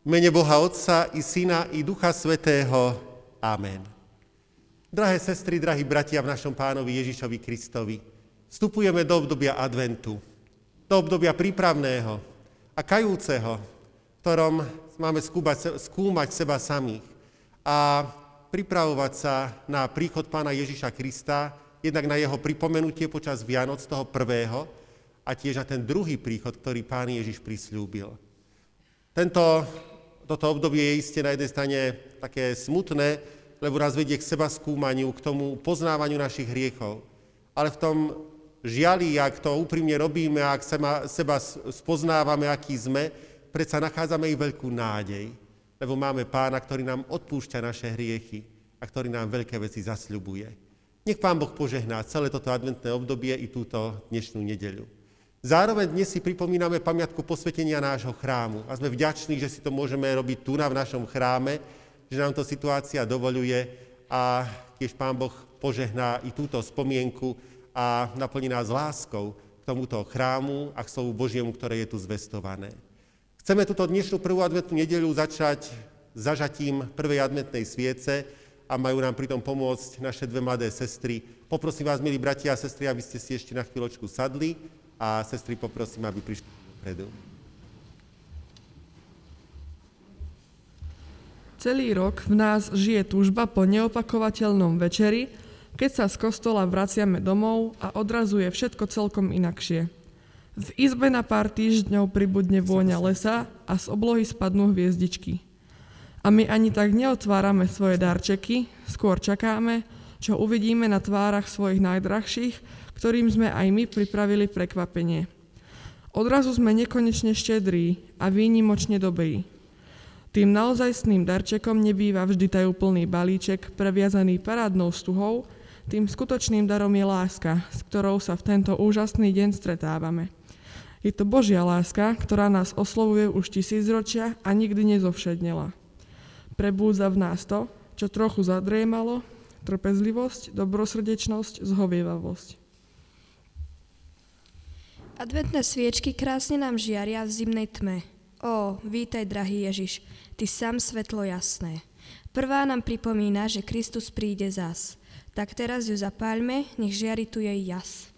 V mene Boha Otca i Syna i Ducha Svätého. Amen. Drahé sestry, drahí bratia v našom Pánovi Ježišovi Kristovi, vstupujeme do obdobia adventu, do obdobia prípravného a kajúceho, v ktorom máme skúmať seba samých a pripravovať sa na príchod Pána Ježiša Krista, jednak na jeho pripomenutie počas Vianoc toho prvého a tiež na ten druhý príchod, ktorý Pán Ježiš prisľúbil. Toto obdobie je iste na jednej strane také smutné, lebo nás vedie k seba skúmaniu, k tomu poznávaniu našich hriechov. Ale v tom žiali, ak to úprimne robíme, ak seba spoznávame, aký sme, predsa nachádzame i veľkú nádej, lebo máme Pána, ktorý nám odpúšťa naše hriechy a ktorý nám veľké veci zasľubuje. Nech Pán Boh požehná celé toto adventné obdobie i túto dnešnú nedeľu. Zároveň dnes si pripomíname pamiatku posvetenia nášho chrámu a sme vďační, že si to môžeme robiť tu v našom chráme, že nám to situácia dovoľuje a tiež Pán Boh požehná i túto spomienku a naplní nás láskou k tomuto chrámu a k slovu Božiemu, ktoré je tu zvestované. Chceme túto dnešnú prvú adventnú nedeľu začať zažatím prvej adventnej sviece a majú nám pri tom pomôcť naše dve mladé sestry. Poprosím vás, milí bratia a sestry, aby ste si ešte na chvíľočku sadli a sestry poprosím, aby prišli dopredu. Celý rok v nás žije túžba po neopakovateľnom večeri, keď sa z kostola vraciame domov a odrazu je všetko celkom inakšie. V izbe na pár týždňov pribudne vôňa lesa a z oblohy spadnú hviezdičky. A my ani tak neotvárame svoje darčeky, skôr čakáme, čo uvidíme na tvárach svojich najdrahších, ktorým sme aj my pripravili prekvapenie. Odrazu sme nekonečne štedrí a výnimočne dobrí. Tým naozajstným darčekom nebýva vždy tajúplný balíček previazaný parádnou stuhou, tým skutočným darom je láska, s ktorou sa v tento úžasný deň stretávame. Je to Božia láska, ktorá nás oslovuje už tisícročia a nikdy nezovšednela. Prebúdza v nás to, čo trochu zadriemalo, trpezlivosť, dobrosrdečnosť, zhovievavosť. Adventné sviečky krásne nám žiaria v zimnej tme. Ó, vítaj, drahý Ježiš, ty sám svetlo jasné. Prvá nám pripomína, že Kristus príde zas. Tak teraz ju zapáľme, nech žiari tu jej jas.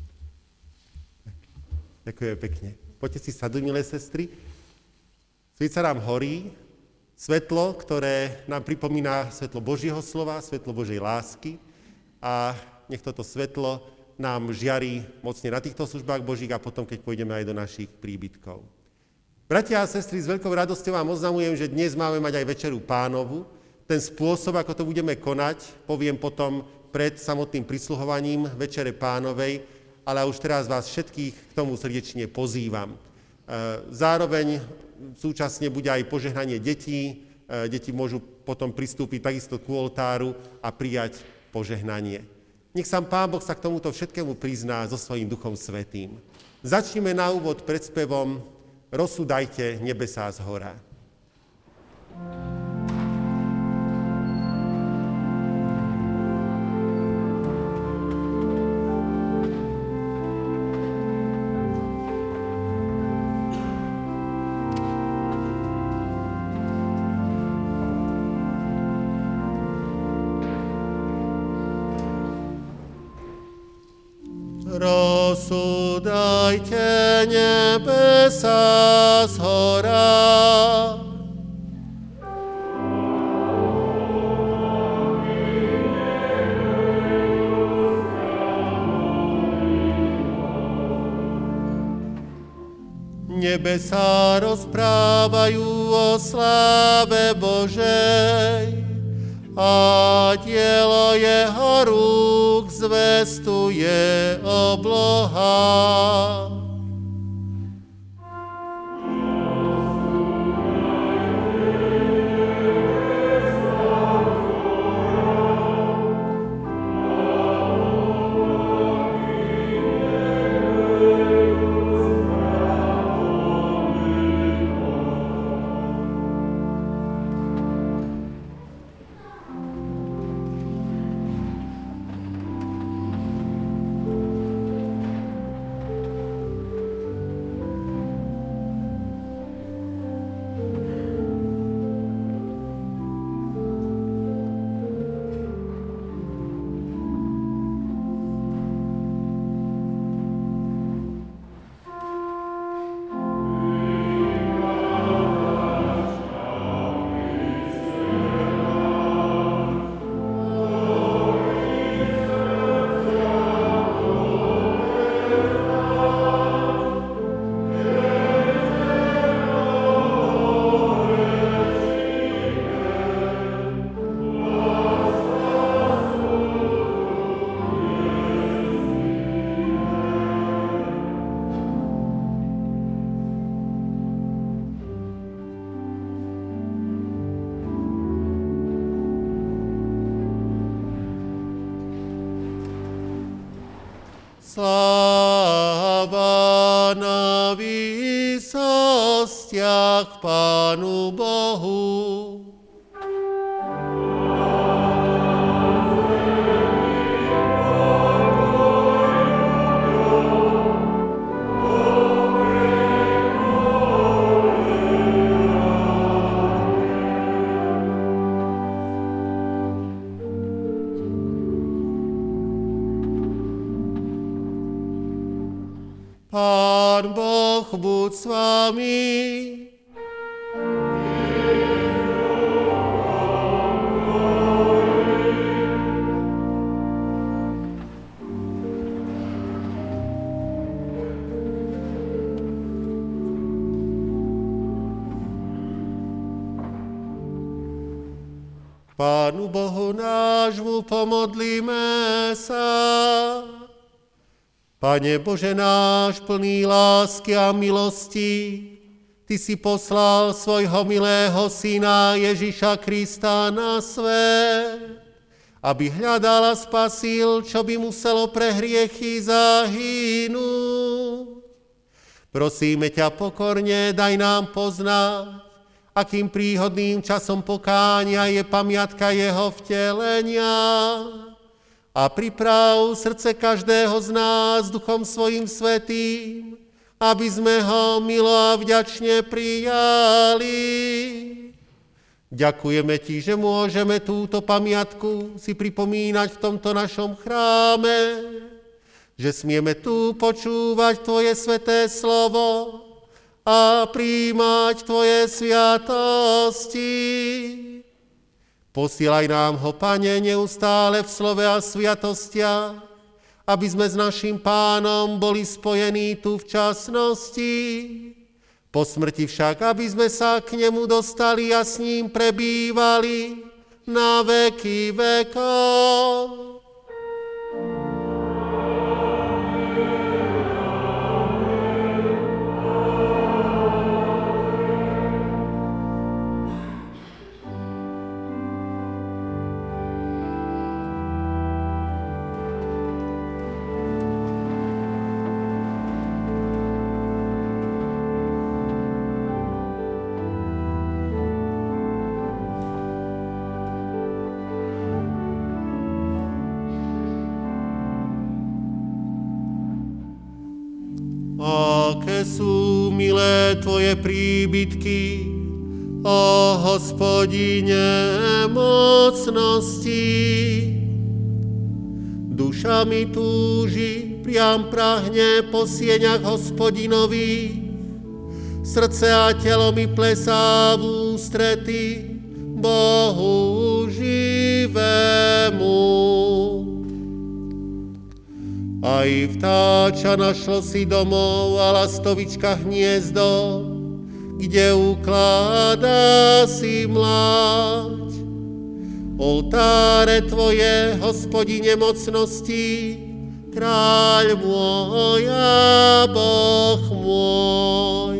Ďakujem pekne. Poďte si sadnúť, milé sestry. Svieca nám horí, svetlo, ktoré nám pripomína svetlo Božieho slova, svetlo Božej lásky a nech toto svetlo nám žiari mocne na týchto službách Božích a potom, keď pôjdeme aj do našich príbytkov. Bratia a sestry, s veľkou radosťou vám oznamujem, že dnes máme mať aj Večeru Pánovu. Ten spôsob, ako to budeme konať, poviem potom pred samotným prisluhovaním Večere Pánovej, ale už teraz vás všetkých k tomu srdečne pozývam. Zároveň súčasne bude aj požehnanie detí. Deti môžu potom pristúpiť takisto ku oltáru a prijať požehnanie. Nech sám Pán Boh sa k tomuto všetkému prizná so svojím Duchom Svätým. Začnime na úvod predspevom Rozsúdajte nebesá zhora. Rozsúdajte nebesá zhora. Nebesá rozprávajú o sláve Božej a dielo jeho rúk zvestuje obloha. Sláva na výsostiach Pánu Bohu. Pán Boh buď s vami. Pánu Bohu nášmu pomodlíme sa. Pane Bože náš, plný lásky a milosti, Ty si poslal svojho milého Syna Ježiša Krista na svet, aby hľadal a spasil, čo by muselo pre hriechy zahynúť. Prosíme ťa pokorne, daj nám poznať, akým príhodným časom pokánia je pamiatka jeho vtelenia, a priprav srdce každého z nás Duchom svojím svätým, aby sme ho milo a vďačne prijali. Ďakujeme ti, že môžeme túto pamiatku si pripomínať v tomto našom chráme, že smieme tu počúvať tvoje sväté slovo a prijímať tvoje sviatosti. Posielaj nám ho, Pane, neustále v slove a sviatostiach, aby sme s našim Pánom boli spojení tu v časnosti. Po smrti však, aby sme sa k nemu dostali a s ním prebývali na veky vekov. Aké sú milé tvoje príbytky, ó Hospodine mocnosti. Duša mi túži, priam prahne po sieňach Hospodinových, srdce a telo mi plesá v ústrety Bohu živému. Aj vtáča našlo si domov a lastovička hniezdo, kde ukladá si mláď. Oltáre tvoje, Hospodine mocnosti, kráľ môj a Boh môj.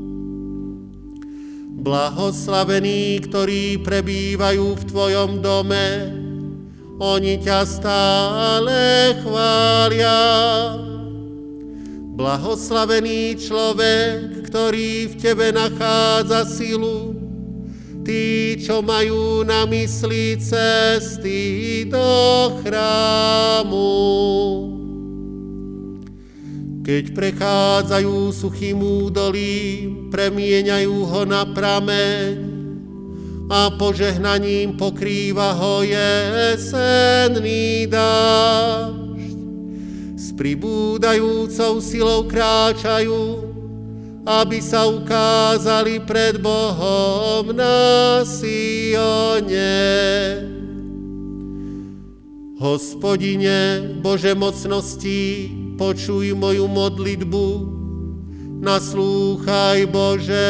Blahoslavení, ktorí prebývajú v tvojom dome, oni ťa stále chvália. Blahoslavený človek, ktorý v tebe nachádza silu, tí, čo majú na mysli cesty do chrámu. Keď prechádzajú suchým údolím, premieňajú ho na prameň, a požehnaním pokrýva ho jesenný dážď. S pribúdajúcou silou kráčajú, aby sa ukázali pred Bohom na Sione. Hospodine, Bože mocnosti, počuj moju modlitbu, naslúchaj, Bože,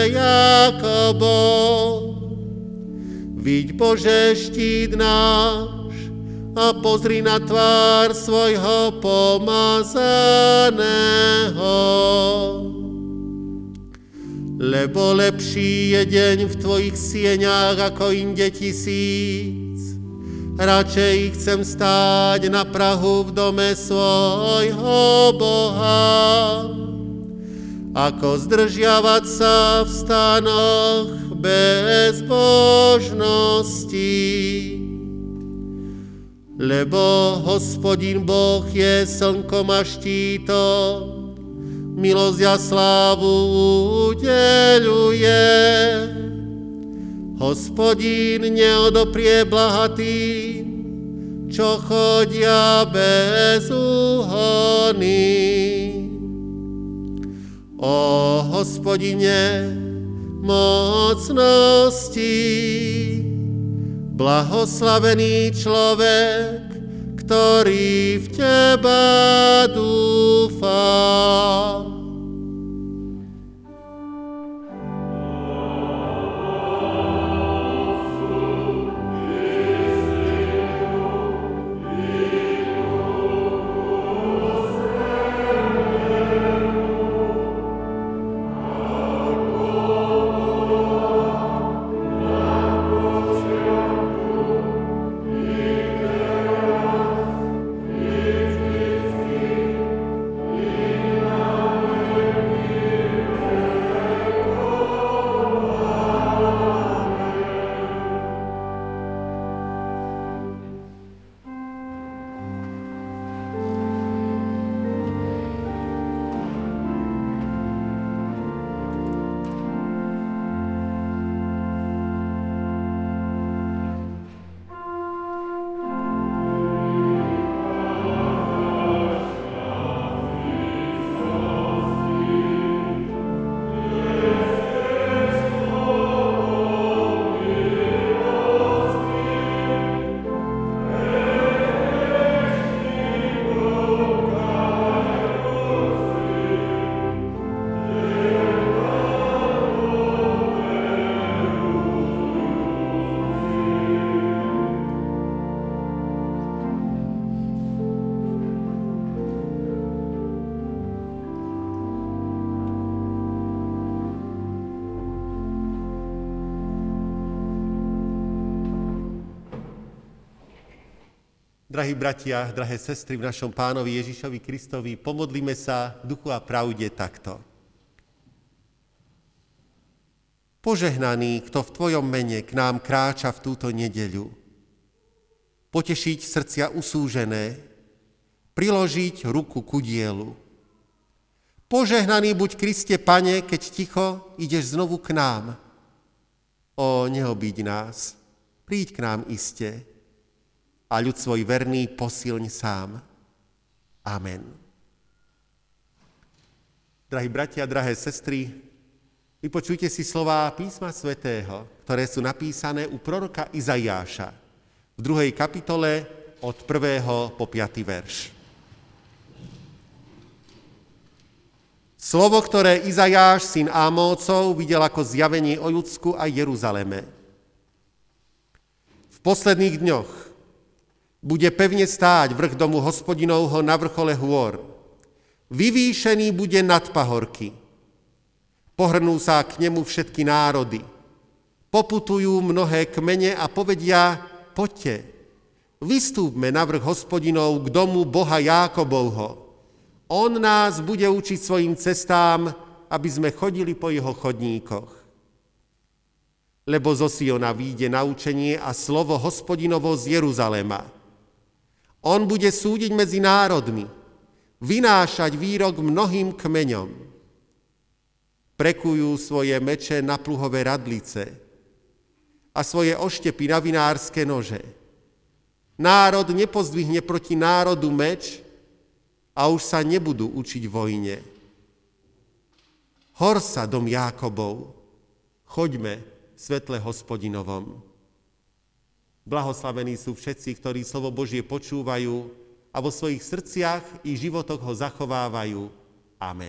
Jakobov. Viď, Bože, štít náš a pozri na tvár svojho pomazaného. Lebo lepší je deň v tvojich sieňach ako inde 1000, Radšej chcem stáť na prahu v dome svojho Boha, ako zdržiavať sa v stanoch bezbožnosti. Lebo Hospodin Boh je slnkom a štítom, milosť a slávu udeľuje. Hospodin neodoprie blahatým, čo chodia bez úhony. O Hospodine mocnosti, blahoslavený človek, ktorý v Teba dúfa. Drahí bratia, drahé sestry, v našom Pánovi Ježišovi Kristovi, pomodlíme sa v duchu a pravde takto. Požehnaný, kto v Tvojom mene k nám kráča v túto nedeľu. Potešiť srdcia usúžené, priložiť ruku ku dielu. Požehnaný buď Kriste, Pane, keď ticho ideš znovu k nám. O, neobíď nás, príď k nám iste. A ľud svoj verný posilň sám. Amen. Drahí bratia, drahé sestry, vypočujte si slová písma svätého, ktoré sú napísané u proroka Izaiáša v 2. kapitole od 1. po 5. verš. Slovo, ktoré Izaiáš, syn Ámócov, videl ako zjavenie o Judsku a Jeruzaleme. V posledných dňoch bude pevne stáť vrch domu Hospodinovho na vrchole hôr. Vyvýšený bude nad pahorky. Pohrnú sa k nemu všetky národy. Poputujú mnohé kmene a povedia, poďte, vystúpme na vrch Hospodinov k domu Boha Jákobovho. On nás bude učiť svojim cestám, aby sme chodili po jeho chodníkoch. Lebo zo Siona vyjde naučenie a slovo Hospodinovo z Jeruzalema. On bude súdiť medzi národmi, vynášať výrok mnohým kmeňom. Prekujú svoje meče na pluhové radlice a svoje oštepy na vinárske nože. Národ nepozdvihne proti národu meč a už sa nebudú učiť vojne. Hor sa, dom Jákobov, choďme v svetle Hospodinovom. Blahoslavení sú všetci, ktorí slovo Božie počúvajú a vo svojich srdciach i životoch ho zachovávajú. Amen.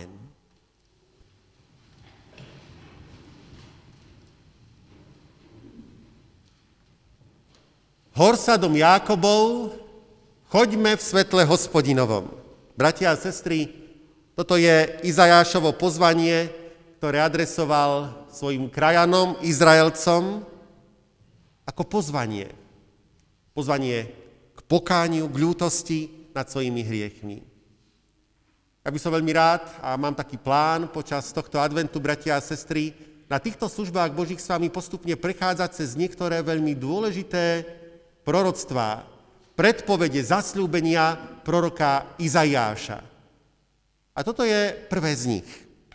Hor sa, dom Jákobov, choďme v svetle Hospodinovom. Bratia a sestry, toto je Izaiášovo pozvanie, ktoré adresoval svojim krajanom, Izraelcom, ako pozvanie. Pozvanie k pokániu, k ľútosti nad svojimi hriechmi. Ja by som veľmi rád, a mám taký plán počas tohto adventu, bratia a sestry, na týchto službách Božích s vami postupne prechádzať cez niektoré veľmi dôležité proroctvá, predpovede, zasľúbenia proroka Izaiáša. A toto je prvé z nich.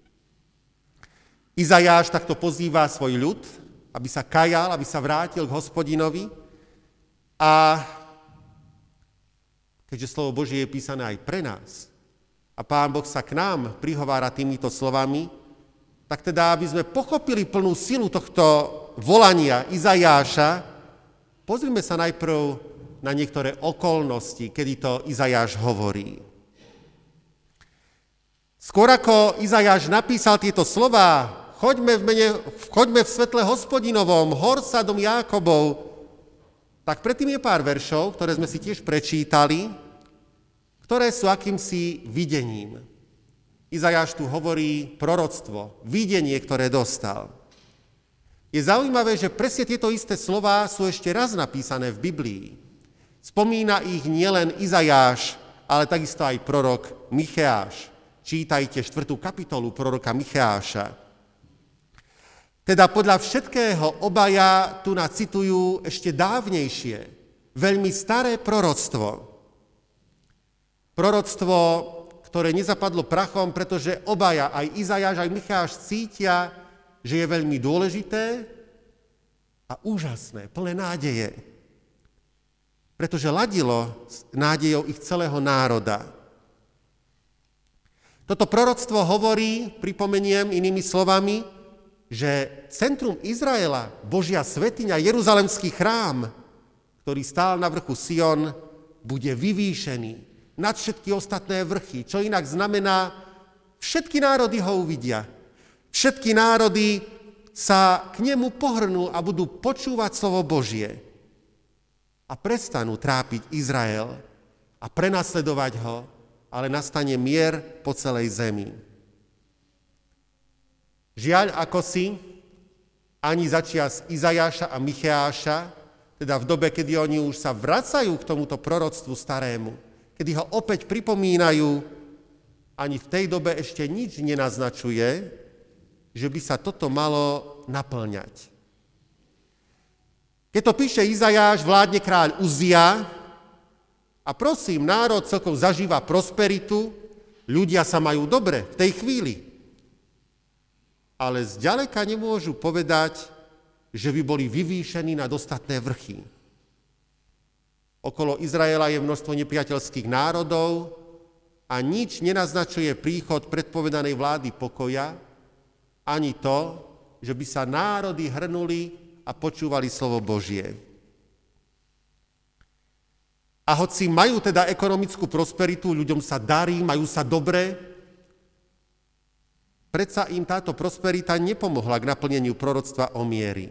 Izaiáš takto pozýva svoj ľud, aby sa kajal, aby sa vrátil k Hospodinovi. A keďže slovo Božie je písané aj pre nás, a Pán Boh sa k nám prihovára týmito slovami, tak teda, aby sme pochopili plnú silu tohto volania Izaiáša, pozrime sa najprv na niektoré okolnosti, kedy to Izaiáš hovorí. Skôr ako Izaiáš napísal tieto slová, choďme v svetle Hospodinovom, hor sadom Jákobov, tak predtým je pár veršov, ktoré sme si tiež prečítali, ktoré sú akýmsi videním. Izaiáš tu hovorí proroctvo, videnie, ktoré dostal. Je zaujímavé, že presne tieto isté slová sú ešte raz napísané v Biblii. Spomína ich nielen Izaiáš, ale takisto aj prorok Micheáš. Čítajte 4. kapitolu proroka Micheáša. Teda podľa všetkého obaja tu citujú ešte dávnejšie, veľmi staré proroctvo. Proroctvo, ktoré nezapadlo prachom, pretože obaja, aj Izaiáš, aj Micheáš cítia, že je veľmi dôležité a úžasné, plné nádeje. Pretože ladilo s nádejou ich celého národa. Toto proroctvo hovorí, pripomeniem inými slovami, že centrum Izraela, Božia svätyňa, Jeruzalemský chrám, ktorý stál na vrchu Sion, bude vyvýšený nad všetky ostatné vrchy, čo inak znamená, všetky národy ho uvidia. Všetky národy sa k nemu pohrnú a budú počúvať slovo Božie a prestanú trápiť Izrael a prenasledovať ho, ale nastane mier po celej zemi. Žiaľ, ako si, ani začias Izaiáša a Micheáša, teda v dobe, kedy oni už sa vracajú k tomuto proroctvu starému, kedy ho opäť pripomínajú, ani v tej dobe ešte nič nenaznačuje, že by sa toto malo naplňať. Keď to píše Izaiáš, vládne kráľ Uzia a prosím, národ celkom zažíva prosperitu, ľudia sa majú dobre v tej chvíli. Ale zďaleka nemôžu povedať, že by boli vyvýšení nad ostatné vrchy. Okolo Izraela je množstvo nepriateľských národov a nič nenaznačuje príchod predpovedanej vlády pokoja, ani to, že by sa národy hrnuli a počúvali slovo Božie. A hoci majú teda ekonomickú prosperitu, ľuďom sa darí, majú sa dobre, predsa im táto prosperita nepomohla k naplneniu proroctva o mieri.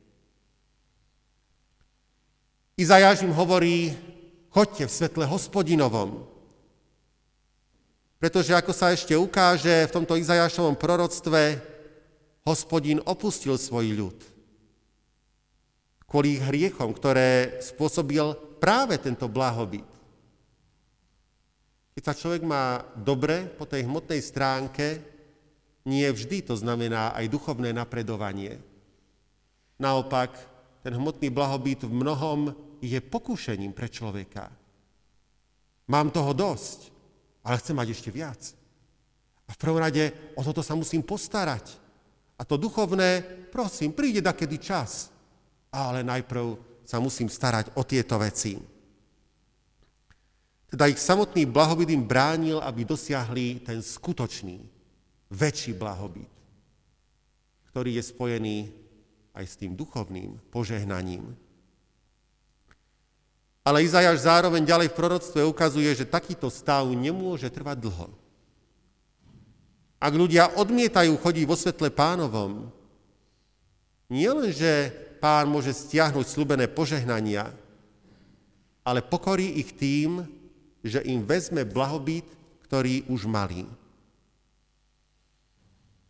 Izaiáš im hovorí, choďte v svetle Hospodinovom. Pretože ako sa ešte ukáže v tomto Izaiášovom proroctve, Hospodin opustil svoj ľud. Kvôli ich hriechom, ktoré spôsobil práve tento blahobyt. Keď sa človek má dobre po tej hmotnej stránke, nie vždy to znamená aj duchovné napredovanie. Naopak, ten hmotný blahobyt v mnohom je pokušením pre človeka. Mám toho dosť, ale chcem mať ešte viac. A v prvom rade o toto sa musím postarať. A to duchovné, prosím, príde dakedy čas. Ale najprv sa musím starať o tieto veci. Teda ich samotný blahobyt im bránil, aby dosiahli ten skutočný, väčší blahobyt, ktorý je spojený aj s tým duchovným požehnaním. Ale Izaiáš zároveň ďalej v proroctve ukazuje, že takýto stav nemôže trvať dlho. Ak ľudia odmietajú chodiť vo svetle Pánovom, nielenže Pán môže stiahnuť sľúbené požehnania, ale pokorí ich tým, že im vezme blahobyt, ktorý už mali.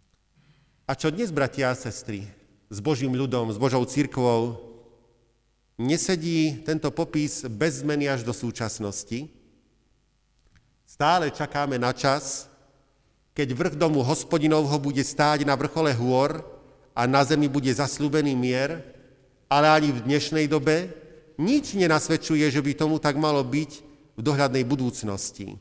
A čo dnes, bratia a sestry, s Božím ľudom, s Božou cirkvou? nesedí tento popis bez zmeny až do súčasnosti. Stále čakáme na čas, keď vrch domu Hospodinovho bude stáť na vrchole hôr a na zemi bude zasľúbený mier, ale ani v dnešnej dobe nič nenasvedčuje, že by tomu tak malo byť v dohľadnej budúcnosti.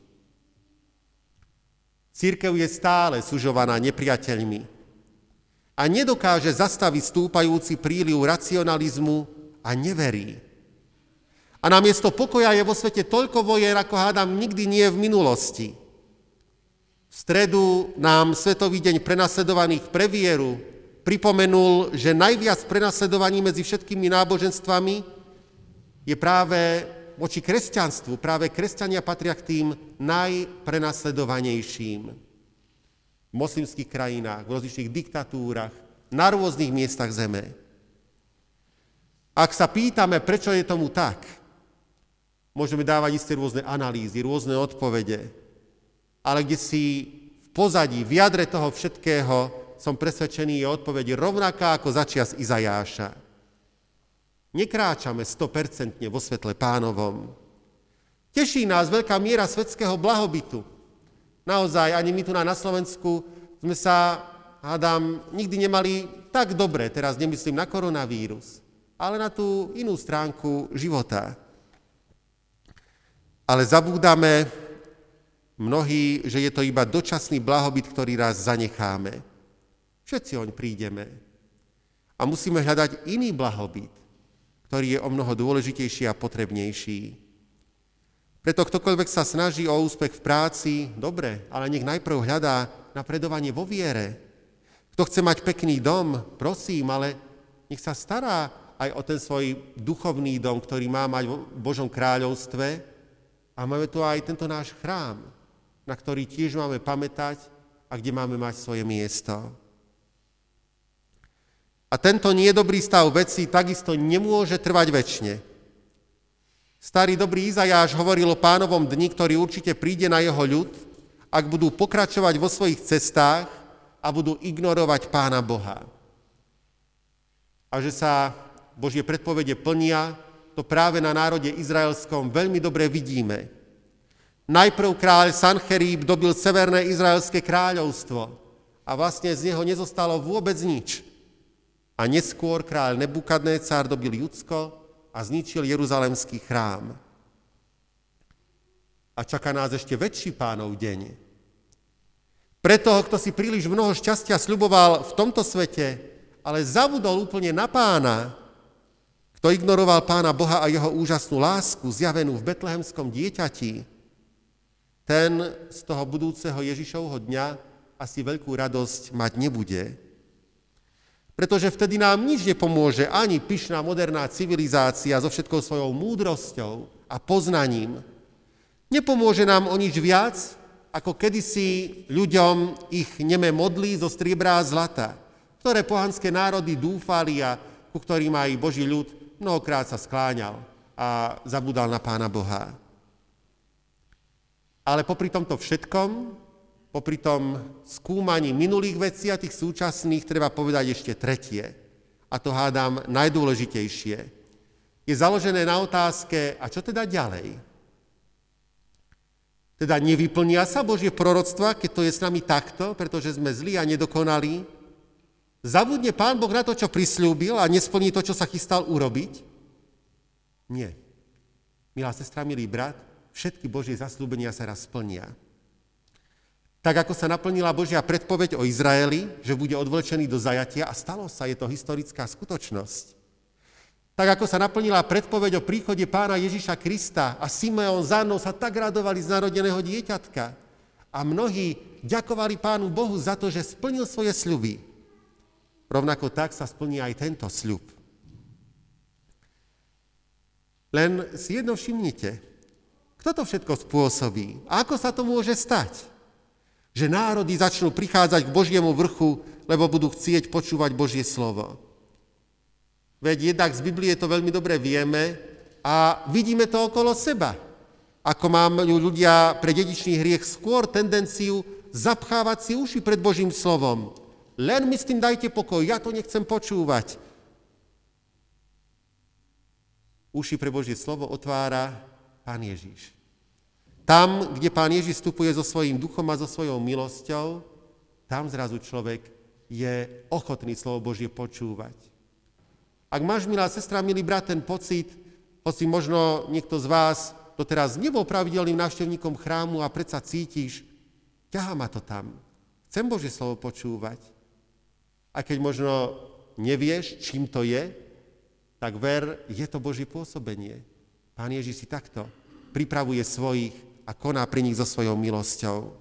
Cirkev je stále sužovaná nepriateľmi a nedokáže zastaviť stúpajúci príliv racionalizmu a neverí. A namiesto pokoja je vo svete toľko vojen, ako hádam nikdy nie v minulosti. V stredu nám Svetový deň prenasledovaných pre vieru pripomenul, že najviac prenasledovaní medzi všetkými náboženstvami je práve voči kresťanstvu. Práve kresťania patria k tým najprenasledovanejším. V moslimských krajinách, v rozličných diktatúrach, na rôznych miestach zeme. Ak sa pýtame, prečo je tomu tak, môžeme dávať isté rôzne analýzy, rôzne odpovede, ale kde si v pozadí, v jadre toho všetkého som presvedčený, je odpoveď rovnaká ako začias Izajáša. Nekráčame 100% vo svetle Pánovom. Teší nás veľká miera svetského blahobytu. Naozaj, ani my tu na Slovensku sme sa, hádam, nikdy nemali tak dobre, teraz nemyslím na koronavírus, ale na tú inú stránku života. Ale zabúdame mnohí, že je to iba dočasný blahobyt, ktorý raz zanecháme. Všetci oň prídeme. A musíme hľadať iný blahobyt, ktorý je o mnoho dôležitejší a potrebnejší. Preto ktokoľvek sa snaží o úspech v práci, dobre, ale nech najprv hľadá napredovanie vo viere. Kto chce mať pekný dom, prosím, ale nech sa stará aj o ten svoj duchovný dom, ktorý má mať v Božom kráľovstve. A máme tu aj tento náš chrám, na ktorý tiež máme pamätať a kde máme mať svoje miesto. A tento nedobrý stav vecí takisto nemôže trvať večne. Starý dobrý Izajáš hovoril o Pánovom dni, ktorý určite príde na jeho ľud, ak budú pokračovať vo svojich cestách a budú ignorovať Pána Boha. A že sa Božie predpovede plnia, to práve na národe izraelskom veľmi dobre vidíme. Najprv kráľ Sancherib dobil severné izraelské kráľovstvo a vlastne z neho nezostalo vôbec nič. A neskôr kráľ Nebukadnécar dobil Judsko a zničil Jeruzalemský chrám. A čaká nás ešte väčší Pánov deň. Pre toho, kto si príliš mnoho šťastia sľuboval v tomto svete, ale zabudol úplne na Pána, kto ignoroval Pána Boha a jeho úžasnú lásku zjavenú v betlehemskom dieťati, ten z toho budúceho Ježišovho dňa asi veľkú radosť mať nebude. Pretože vtedy nám nič nepomôže ani pyšná moderná civilizácia so všetkou svojou múdrosťou a poznaním. Nepomôže nám o nič viac, ako kedysi ľuďom ich nemé modlí zo striebra a zlata, ktoré pohanské národy dúfali a ku ktorým aj Boží ľud mnohokrát sa skláňal a zabúdal na Pána Boha. Ale popri tomto všetkom, popri tom skúmaní minulých vecí a tých súčasných, treba povedať ešte tretie. A to hádam najdôležitejšie. Je založené na otázke, a čo teda ďalej? Teda nevyplnia sa Božie proroctva, keď to je s nami takto, pretože sme zlí a nedokonalí? Zabudne Pán Boh na to, čo prisľúbil a nesplní to, čo sa chystal urobiť? Nie. Milá sestra, milý brat, všetky Božie zasľúbenia sa raz splnia. Tak ako sa naplnila Božia predpoveď o Izraeli, že bude odvlečený do zajatia, a stalo sa, je to historická skutočnosť. Tak ako sa naplnila predpoveď o príchode Pána Ježiša Krista a Simeon za mnou sa tak radovali z narodeného dieťatka. A mnohí ďakovali Pánu Bohu za to, že splnil svoje sľuby. Rovnako tak sa splní aj tento sľub. Len si jedno všimnite, kto to všetko spôsobí a ako sa to môže stať? Že národy začnú prichádzať k Božiemu vrchu, lebo budú chcieť počúvať Božie slovo. Veď jednak z Biblie to veľmi dobre vieme a vidíme to okolo seba. Ako majú ľudia pre dedičný hriech skôr tendenciu zapchávať si uši pred Božím slovom. Len mi s tým dajte pokoj, ja to nechcem počúvať. uši pre Božie slovo otvára Pán Ježiš. Tam, kde Pán Ježiš vstupuje so svojím duchom a so svojou milosťou, tam zrazu človek je ochotný slovo Božie počúvať. Ak máš, milá sestra, milý brat, ten pocit, hoci možno niekto z vás doteraz nebol pravidelným návštevníkom chrámu a predsa cítiš, ťahá ma to tam, chcem Božie slovo počúvať. A keď možno nevieš, čím to je, tak ver, je to Božie pôsobenie. Pán Ježiš si takto pripravuje svojich a koná pri nich so svojou milosťou.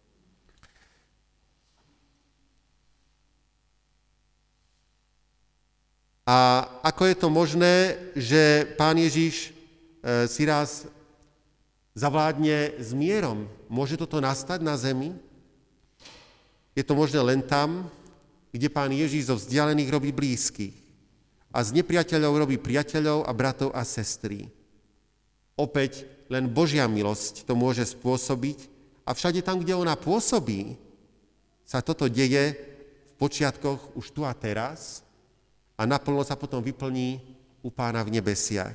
A ako je to možné, že Pán Ježiš si raz zavládne s mierom? Môže toto nastať na zemi? Je to možné len tam, kde Pán Ježiš zo vzdialených robí blízkych a z nepriateľov robí priateľov a bratov a sestry. Opäť len Božia milosť to môže spôsobiť a všade tam, kde ona pôsobí, sa toto deje v počiatkoch už tu a teraz a naplno sa potom vyplní u Pána v nebesiach.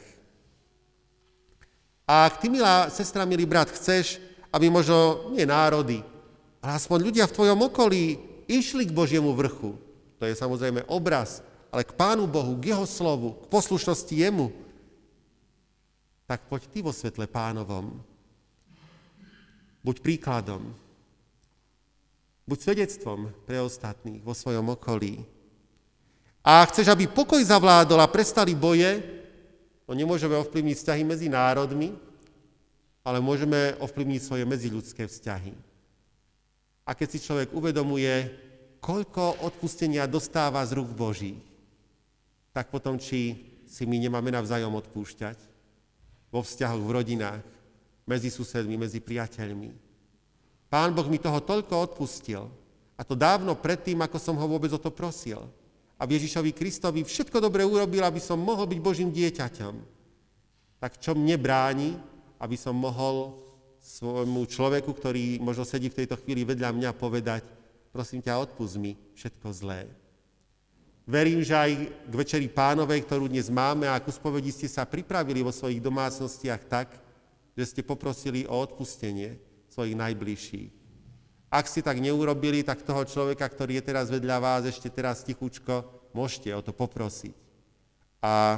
A ak ty, milá sestra, milý brat, chceš, aby možno nie národy, ale aspoň ľudia v tvojom okolí išli k Božiemu vrchu, to je samozrejme obraz, ale k Pánu Bohu, k Jeho slovu, k poslušnosti Jemu, tak poď ty vo svetle Pánovom. Buď príkladom. Buď svedectvom pre ostatných vo svojom okolí. A ak chceš, aby pokoj zavládol a prestali boje, no nemôžeme ovplyvniť vzťahy medzi národmi, ale môžeme ovplyvniť svoje medziľudské vzťahy. A keď si človek uvedomuje, koľko odpustenia dostáva z rúk Božích, tak potom, či si my nemáme navzájom odpúšťať vo vzťahoch, v rodinách, medzi susedmi, medzi priateľmi. Pán Boh mi toho toľko odpustil, a to dávno predtým, ako som ho vôbec o to prosil. A v Ježišovi Kristovi všetko dobre urobil, aby som mohol byť Božím dieťaťom. Tak čo mne bráni, aby som mohol svojmu človeku, ktorý možno sedí v tejto chvíli vedľa mňa, povedať, prosím ťa, odpusť mi všetko zlé. Verím, že aj k Večeri Pánovej, ktorú dnes máme, a ku spovedi ste sa pripravili vo svojich domácnostiach tak, že ste poprosili o odpustenie svojich najbližších. Ak ste tak neurobili, tak toho človeka, ktorý je teraz vedľa vás, ešte teraz tichučko, môžete o to poprosiť. A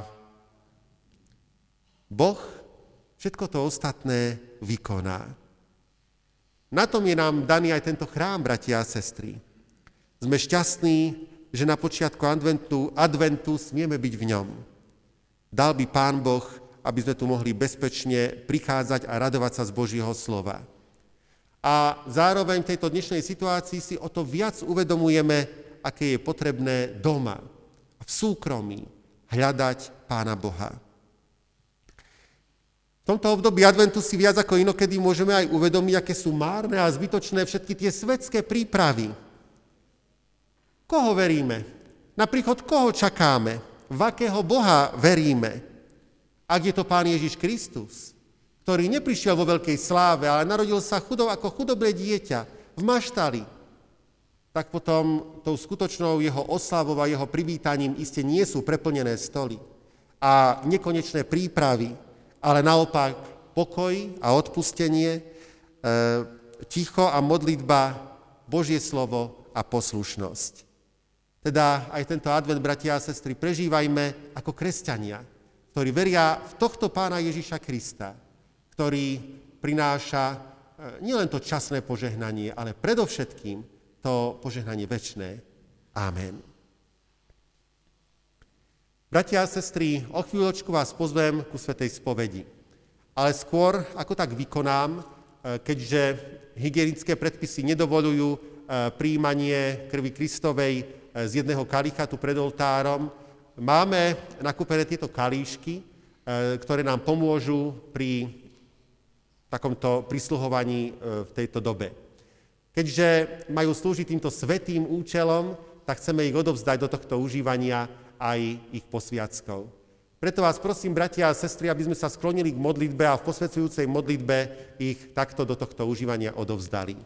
Boh všetko to ostatné vykoná. Na tom je nám daný aj tento chrám, bratia a sestry. Sme šťastní, že na počiatku adventu smieme byť v ňom. Dal by Pán Boh, aby sme tu mohli bezpečne prichádzať a radovať sa z Božieho slova. A zároveň v tejto dnešnej situácii si o to viac uvedomujeme, aké je potrebné doma, v súkromí, hľadať Pána Boha. V tomto období adventu si viac ako inokedy môžeme aj uvedomiť, aké sú márne a zbytočné všetky tie svetské prípravy. Koho veríme? Na príchod koho čakáme? V akého Boha veríme? Ak je to Pán Ježiš Kristus, ktorý neprišiel vo veľkej sláve, ale narodil sa ako chudobné dieťa v maštali, tak potom tou skutočnou jeho oslavou a jeho privítaním iste nie sú preplnené stoly a nekonečné prípravy, ale naopak pokoj a odpustenie, ticho a modlitba, Božie slovo a poslušnosť. Teda aj tento advent, bratia a sestry, prežívajme ako kresťania, ktorí veria v tohto Pána Ježiša Krista, ktorý prináša nielen to časné požehnanie, ale predovšetkým to požehnanie večné. Amen. Bratia a sestry, o chvíľočku vás pozvem ku svätej spovedi. Ale skôr, ako tak vykonám, keďže hygienické predpisy nedovoľujú prijímanie krvi Kristovej z jedného kalicha tu pred oltárom, máme nakúpené tieto kalíšky, ktoré nám pomôžu pri takomto prisluhovaní v tejto dobe. Keďže majú slúžiť týmto svätým účelom, tak chceme ich odovzdať do tohto užívania aj ich posviackou. Preto vás prosím, bratia a sestry, aby sme sa sklonili k modlitbe a v posvedzujúcej modlitbe ich takto do tohto užívania odovzdali.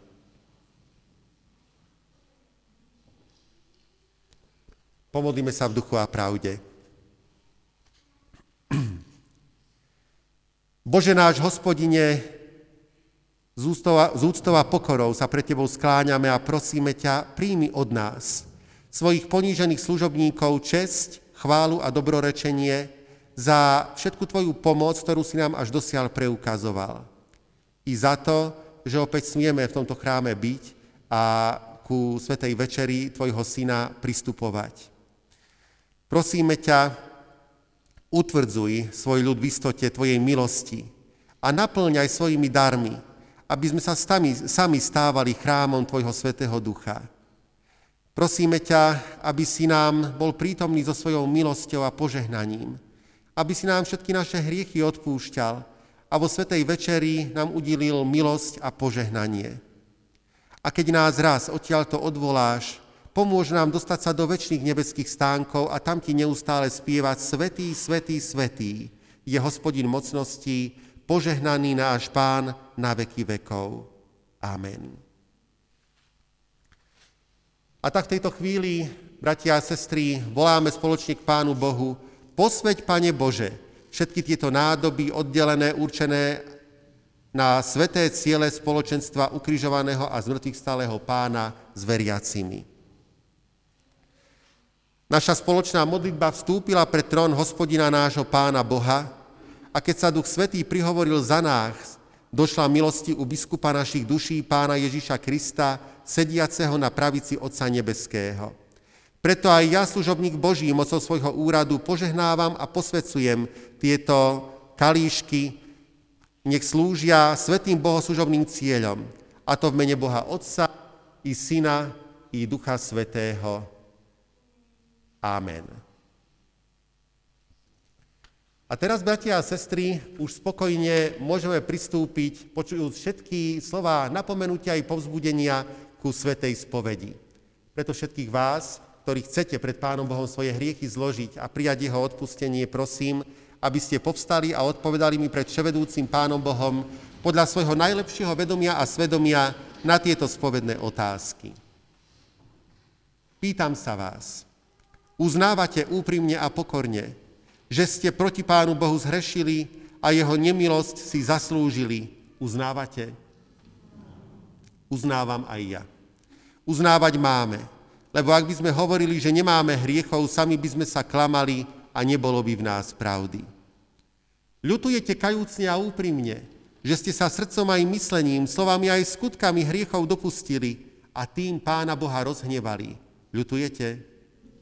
Pomodlíme sa v duchu a pravde. Bože náš Hospodine, z úctou a pokorou sa pred Tebou skláňame a prosíme ťa, príjmi od nás, svojich ponížených služobníkov, česť, chválu a dobrorečenie za všetku Tvoju pomoc, ktorú si nám až dosiaľ preukazoval. I za to, že opäť smieme v tomto chráme byť a ku svätej večeri Tvojho Syna pristupovať. Prosíme ťa, utvrdzuj svoj ľud v istote Tvojej milosti a naplňaj svojimi darmi, aby sme sa sami stávali chrámom Tvojho Svätého Ducha. Prosíme ťa, aby si nám bol prítomný so svojou milosťou a požehnaním, aby si nám všetky naše hriechy odpúšťal a vo svätej večeri nám udelil milosť a požehnanie. A keď nás raz odtiaľto odvoláš, pomôž nám dostať sa do večných nebeských stánkov a tam Ti neustále spievať Svätý, svätý, svätý je Hospodin mocností, požehnaný náš Pán na veky vekov. Amen. A tak v tejto chvíli, bratia a sestry, voláme spoločne k Pánu Bohu: posväť, Pane Bože, všetky tieto nádoby oddelené, určené na sväté ciele spoločenstva ukrižovaného a zmŕtvychvstalého Pána s veriacimi. Naša spoločná modlitba vstúpila pred trón Hospodina nášho Pána Boha, a keď sa Duch Svätý prihovoril za nás, došla milosti u biskupa našich duší, Pána Ježiša Krista, sediaceho na pravici Otca nebeského. Preto aj ja, služobník Boží, mocou svojho úradu požehnávam a posväcujem tieto kalíšky, nech slúžia svätým bohoslužobným cieľom, a to v mene Boha Otca i Syna i Ducha Svätého. Amen. A teraz, bratia a sestry, už spokojne môžeme pristúpiť, počujúc všetky slová napomenutia i povzbudenia ku svätej spovedi. Preto všetkých vás, ktorí chcete pred Pánom Bohom svoje hriechy zložiť a prijať jeho odpustenie, prosím, aby ste povstali a odpovedali mi pred vševedúcim Pánom Bohom podľa svojho najlepšieho vedomia a svedomia na tieto spovedné otázky. Pýtam sa vás, uznávate úprimne a pokorne, že ste proti Pánu Bohu zhrešili a jeho nemilosť si zaslúžili? Uznávate? Uznávam aj ja. Uznávať máme, lebo ak by sme hovorili, že nemáme hriechov, sami by sme sa klamali a nebolo by v nás pravdy. Ľutujete kajúcne a úprimne, že ste sa srdcom aj myslením, slovami aj skutkami hriechov dopustili a tým Pána Boha rozhnevali. Ľutujete?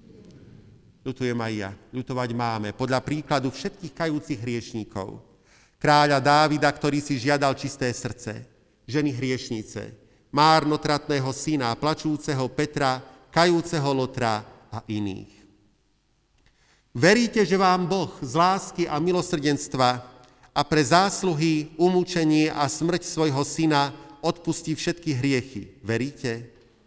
Ľutujem aj ja. Ľutovať máme podľa príkladu všetkých kajúcich hriešníkov. Kráľa Dávida, ktorý si žiadal čisté srdce, ženy hriešnice, márnotratného syna, plačúceho Petra, kajúceho Lotra a iných. Veríte, že vám Boh z lásky a milosrdenstva a pre zásluhy, umúčenie a smrť svojho syna odpustí všetky hriechy? Veríte?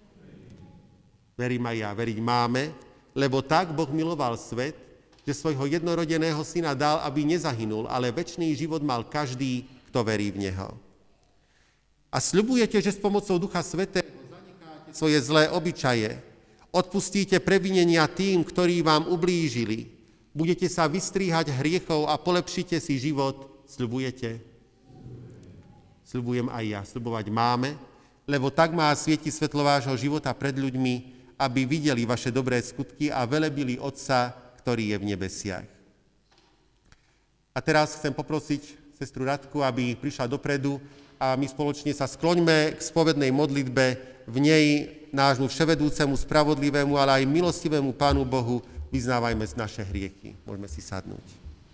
Verím aj ja. Veriť máme, lebo tak Boh miloval svet, že svojho jednorodeného syna dal, aby nezahynul, ale večný život mal každý, kto verí v neho. A sľubujete, že s pomocou Ducha Svätého zanekáte svoje zlé obyčaje, odpustíte previnenia tým, ktorí vám ublížili, budete sa vystríhať hriechov a polepšite si život. Sľubujete? Sľubujem aj ja. Sľubovať máme, lebo tak má svieti svetlo vášho života pred ľuďmi, aby videli vaše dobré skutky a velebili Otca, ktorý je v nebesiach. A teraz chcem poprosiť sestru Radku, aby prišla dopredu a my spoločne sa skloňme k spovednej modlitbe. V nej nášmu vševedúcemu, spravodlivému, ale aj milostivému Pánu Bohu vyznávajme naše hriechy. Môžeme si sadnúť.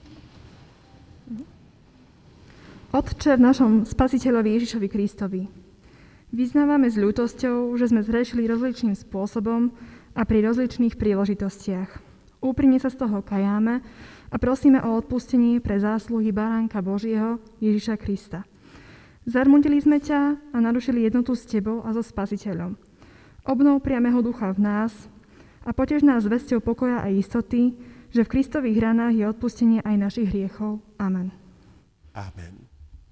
Otče v našom Spasiteľovi Ježišovi Kristovi, vyznávame s ľútosťou, že sme zhrešili rozličným spôsobom a pri rozličných príležitostiach. Úprimne sa z toho kajáme a prosíme o odpustenie pre zásluhy Baránka Božieho Ježiša Krista. Zarmútili sme ťa a narušili jednotu s tebou a so Spasiteľom. Obnov priameho ducha v nás a potež nás zvesťou pokoja a istoty, že v Kristových ranách je odpustenie aj našich hriechov. Amen. Amen.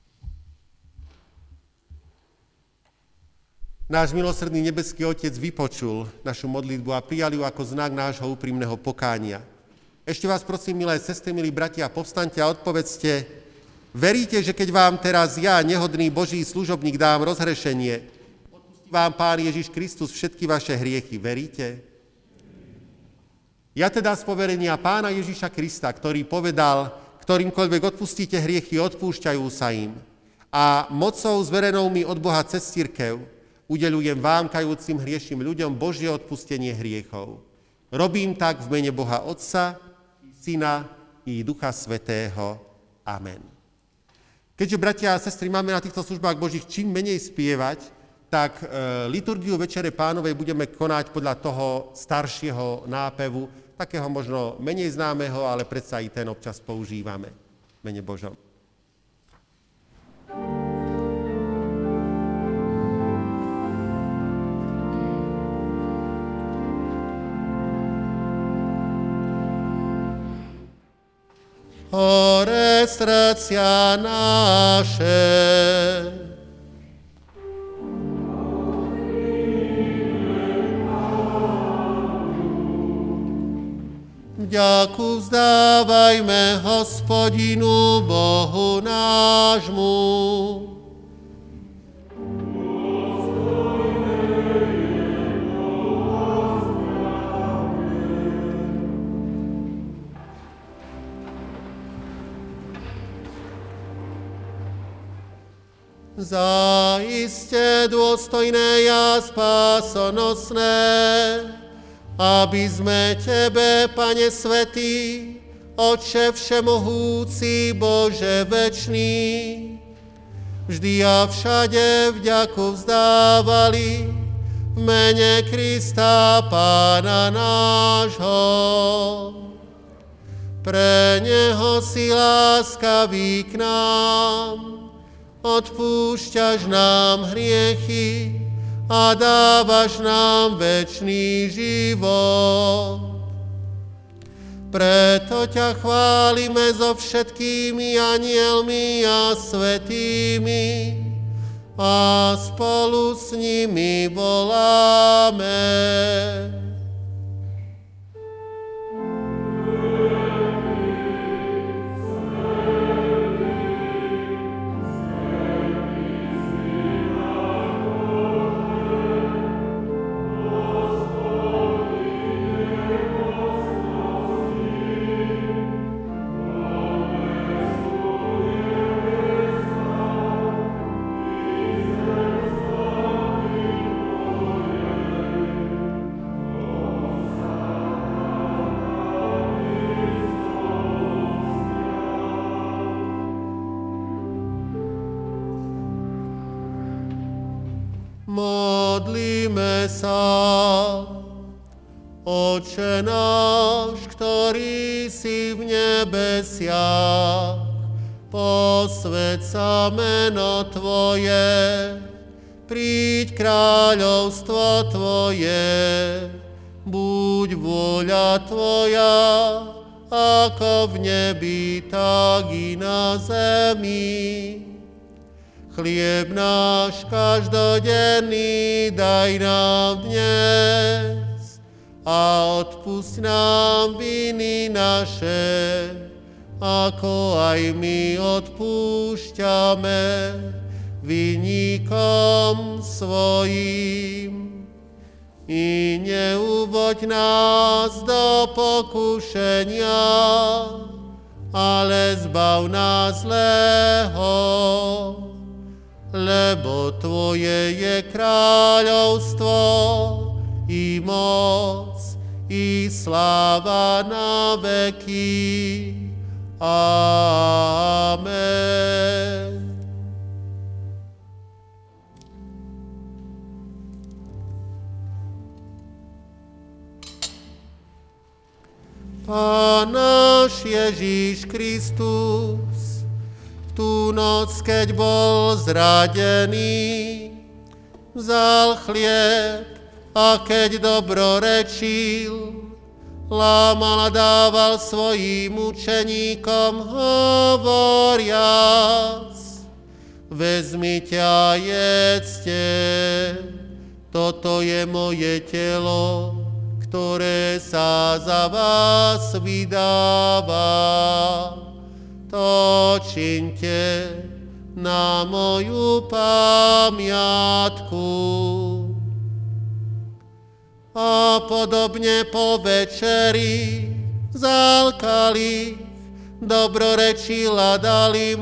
Náš milosrdný nebeský Otec vypočul našu modlitbu a prijal ju ako znak nášho úprimného pokánia. Ešte vás prosím, milé sestry, milí bratia, povstaňte a odpovedzte: Veríte, že keď vám teraz ja, nehodný Boží služobník, dám rozhrešenie, odpustí vám Pán Ježiš Kristus všetky vaše hriechy? Veríte? Ja teda z poverenia Pána Ježiša Krista, ktorý povedal, ktorýmkoľvek odpustíte hriechy, odpúšťajú sa im. A mocou zverenou mi od Boha cez cirkev udeľujem vám, kajúcim hriešným ľuďom, Božie odpustenie hriechov. Robím tak v mene Boha Otca, Syna i Ducha Svätého. Amen. Keďže, bratia a sestry, máme na týchto službách Božích čím menej spievať, tak liturgiu Večere Pánovej budeme konať podľa toho staršieho nápevu, takého možno menej známeho, ale predsa i ten občas používame. V mene Božom. Ore srdcia naše, vďaku vzdávajme Hospodinu Bohu nášmu. Zaiste dôstojné a spásonosné, aby sme Tebe, Pane Svätý, Otče všemohúci, Bože večný, vždy a všade vďaku vzdávali v mene Krista Pána nášho. Pre Neho si láskavý k nám, odpúšťaš nám hriechy a dávaš nám večný život. Preto ťa chválime so všetkými anielmi a svätými a spolu s nimi voláme. Modlíme sa. Otče náš, ktorý si v nebesiach, posväť sa meno Tvoje, príď kráľovstvo Tvoje, buď vôľa Tvoja, ako v nebi, tak i na zemi. Chlieb náš každodenný daj nám dnes a odpusť nám viny naše, ako aj my odpúšťame vinníkom svojim. I neuvoď nás do pokušenia, ale zbav nás zlého. Lebo Tvoje je kráľovstvo, i moc, i sláva na veky. Amen. Pán náš Ježíš Kristus, tú noc, keď bol zradený, vzal chlieb a keď dobrorečil, lámal a dával svojim učeníkom, hovoriac: vezmite a jedzte, toto je moje telo, ktoré sa za vás vydáva. To čiňte na moju pamiatku. A podobne po večeri vzal kalich, dobrorečila dal im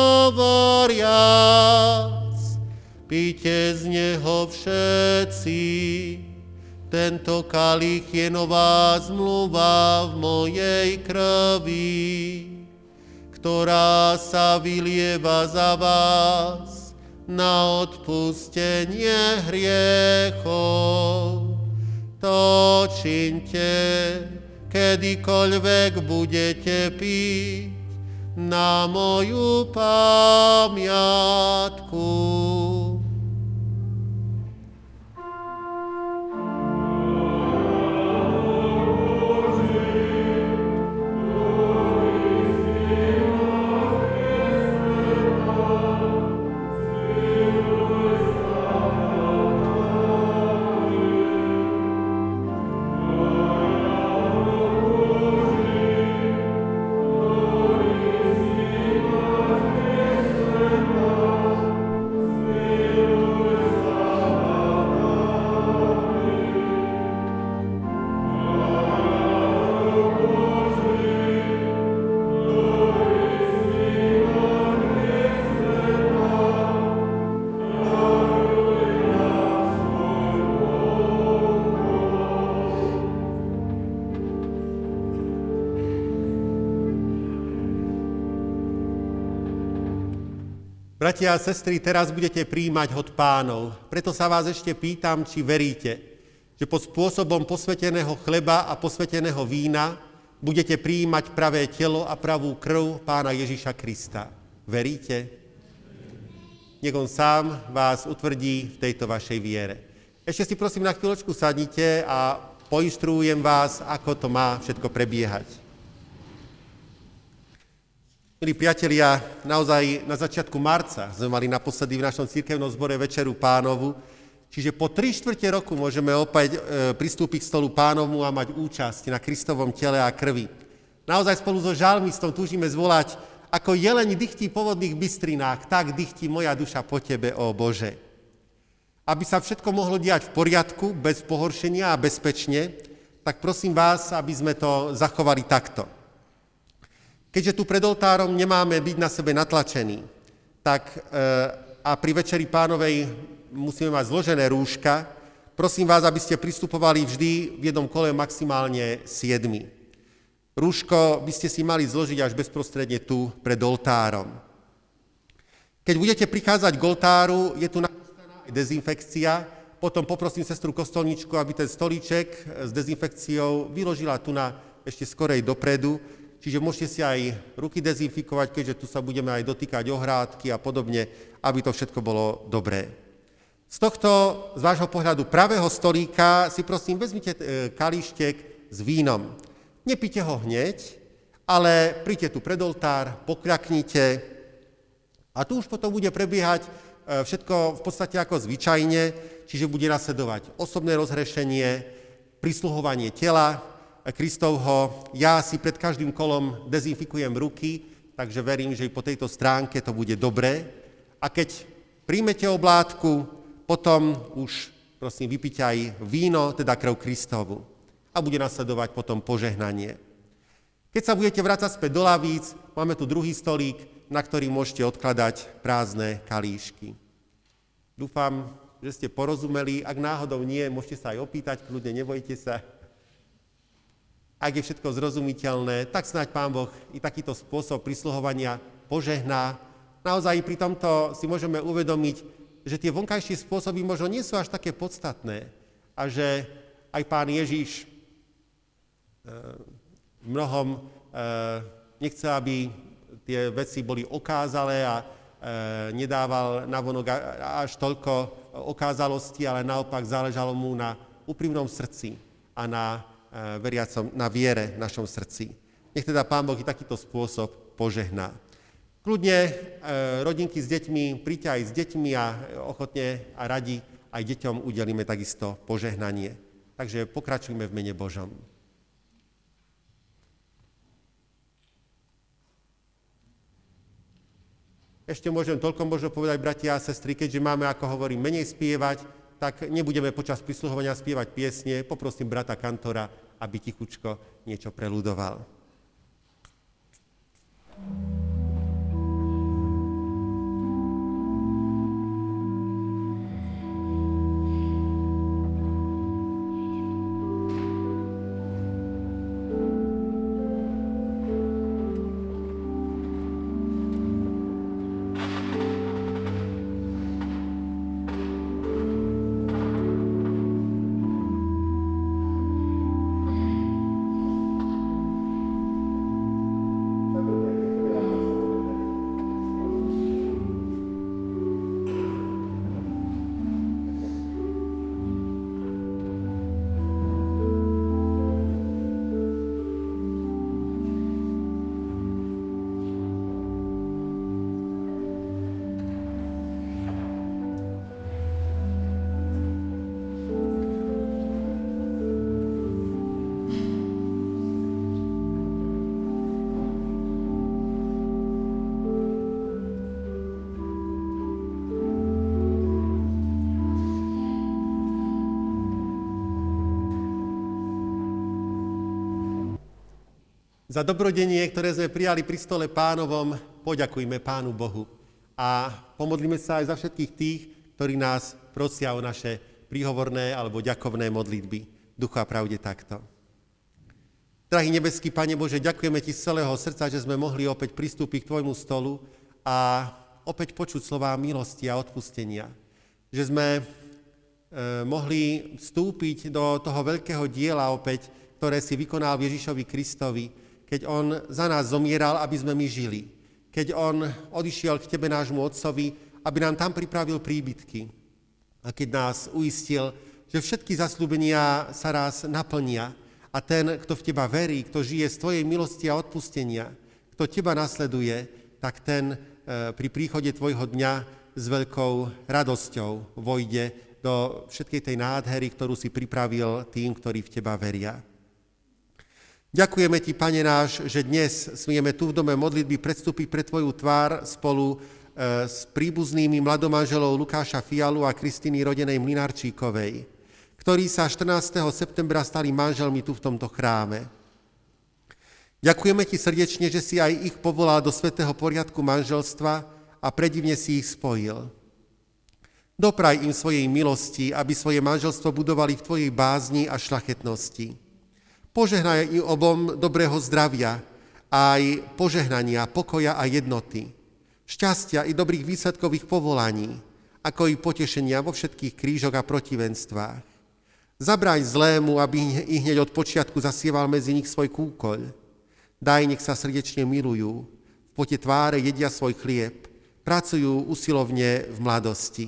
hovoriac. Píte z neho všetci, tento kalich je nová zmluva v mojej krvi, ktorá sa vylieva za vás na odpustenie hriechov. To čiňte, kedykoľvek budete piť, na moju pamiatku. Bratia a sestry, teraz budete prijímať hod Pánov. Preto sa vás ešte pýtam, či veríte, že pod spôsobom posväteného chleba a posväteného vína budete prijímať pravé telo a pravú krv Pána Ježiša Krista. Veríte? Nech on sám vás utvrdí v tejto vašej viere. Ešte si prosím na chvíľočku sadnite a poinštruujem vás, ako to má všetko prebiehať. Milí priatelia, naozaj na začiatku marca sme mali naposledy v našom cirkevnom zbore Večeru Pánovu, čiže po 3/4 roku môžeme opäť pristúpiť k stolu Pánovmu a mať účasť na Kristovom tele a krvi. Naozaj spolu so žalmistom túžime zvolať, ako jeleň dychtí po vodných bystrinách, tak dychtí moja duša po tebe, ó Bože. Aby sa všetko mohlo diať v poriadku, bez pohoršenia a bezpečne, tak prosím vás, aby sme to zachovali takto. Keďže tu pred oltárom nemáme byť na sebe natlačení, tak a pri Večeri Pánovej musíme mať zložené rúška, prosím vás, aby ste pristupovali vždy v jednom kole maximálne 7. Rúško by ste si mali zložiť až bezprostredne tu pred oltárom. Keď budete prichádzať k oltáru, je tu nachystaná aj dezinfekcia, potom poprosím sestru kostolničku, aby ten stolíček s dezinfekciou vyložila tu na ešte skorej dopredu, čiže môžete si aj ruky dezinfikovať, keďže tu sa budeme aj dotýkať ohrádky a podobne, aby to všetko bolo dobré. Z vášho pohľadu pravého stolíka si prosím vezmite kalíštek s vínom. Nepíte ho hneď, ale príďte tu pred oltár, pokľaknite a tu už potom bude prebiehať všetko v podstate ako zvyčajne, čiže bude nasledovať osobné rozhrešenie, prisluhovanie tela Kristovho. Ja si pred každým kolom dezinfikujem ruky, takže verím, že i po tejto stránke to bude dobré. A keď príjmete oblátku, potom už, prosím, vypite aj víno, teda krv Kristovu. A bude nasledovať potom požehnanie. Keď sa budete vrácať späť do lavíc, máme tu druhý stolík, na ktorý môžete odkladať prázdne kalíšky. Dúfam, že ste porozumeli. Ak náhodou nie, môžete sa aj opýtať, kľudne nebojte sa. Ak je všetko zrozumiteľné, tak snáď Pán Boh i takýto spôsob prisluhovania požehná. Naozaj pri tomto si môžeme uvedomiť, že tie vonkajšie spôsoby možno nie sú až také podstatné a že aj Pán Ježiš v mnohom nechce, aby tie veci boli okázalé a nedával navonok až toľko okázalosti, ale naopak záležalo mu na úprimnom srdci a na veriacom, na viere v našom srdci. Nech teda Pán Boh i takýto spôsob požehná. Kľudne rodinky s deťmi, príďte aj s deťmi a ochotne a radi aj deťom udelíme takisto požehnanie. Takže pokračujme v mene Božom. Ešte môžem toľko možno povedať, bratia a sestry, keďže máme, ako hovorím, menej spievať, tak nebudeme počas prisluhovania spievať piesne. Poprosím brata kantora, aby tichučko niečo preľudoval. Za dobrodenie, ktoré sme prijali pri stole Pánovom, poďakujme Pánu Bohu a pomodlíme sa aj za všetkých tých, ktorí nás prosia o naše príhovorné alebo ďakovné modlitby. Duchu a pravde takto. Drahý nebeský Pane Bože, ďakujeme Ti z celého srdca, že sme mohli opäť pristúpiť k Tvojmu stolu a opäť počuť slová milosti a odpustenia. Že sme mohli vstúpiť do toho veľkého diela opäť, ktoré si vykonal Ježišovi Kristovi, keď on za nás zomieral, aby sme my žili. Keď on odišiel k Tebe, nášmu Otcovi, aby nám tam pripravil príbytky. A keď nás uistil, že všetky zasľúbenia sa raz naplnia a ten, kto v Teba verí, kto žije z Tvojej milosti a odpustenia, kto Teba nasleduje, tak ten pri príchode Tvojho dňa s veľkou radosťou vojde do všetkej tej nádhery, ktorú si pripravil tým, ktorí v Teba veria. Ďakujeme Ti, Pane náš, že dnes smieme tu v dome modlitby predstúpiť pred Tvoju tvár spolu s príbuznými mladomanželov Lukáša Fialu a Kristiny rodenej Mlynarčíkovej, ktorí sa 14. septembra stali manželmi tu v tomto chráme. Ďakujeme Ti srdečne, že si aj ich povolal do svätého poriadku manželstva a predivne si ich spojil. Dopraj im svojej milosti, aby svoje manželstvo budovali v Tvojej bázni a šľachetnosti. Požehnaj im obom dobrého zdravia, aj požehnania, pokoja a jednoty, šťastia i dobrých výsledkov ich povolaní, ako i potešenia vo všetkých krížoch a protivenstvách. Zabráň zlému, aby ich hneď od počiatku zasieval medzi nich svoj kúkoľ. Daj, nech sa srdečne milujú, v pote tváre jedia svoj chlieb, pracujú usilovne v mladosti.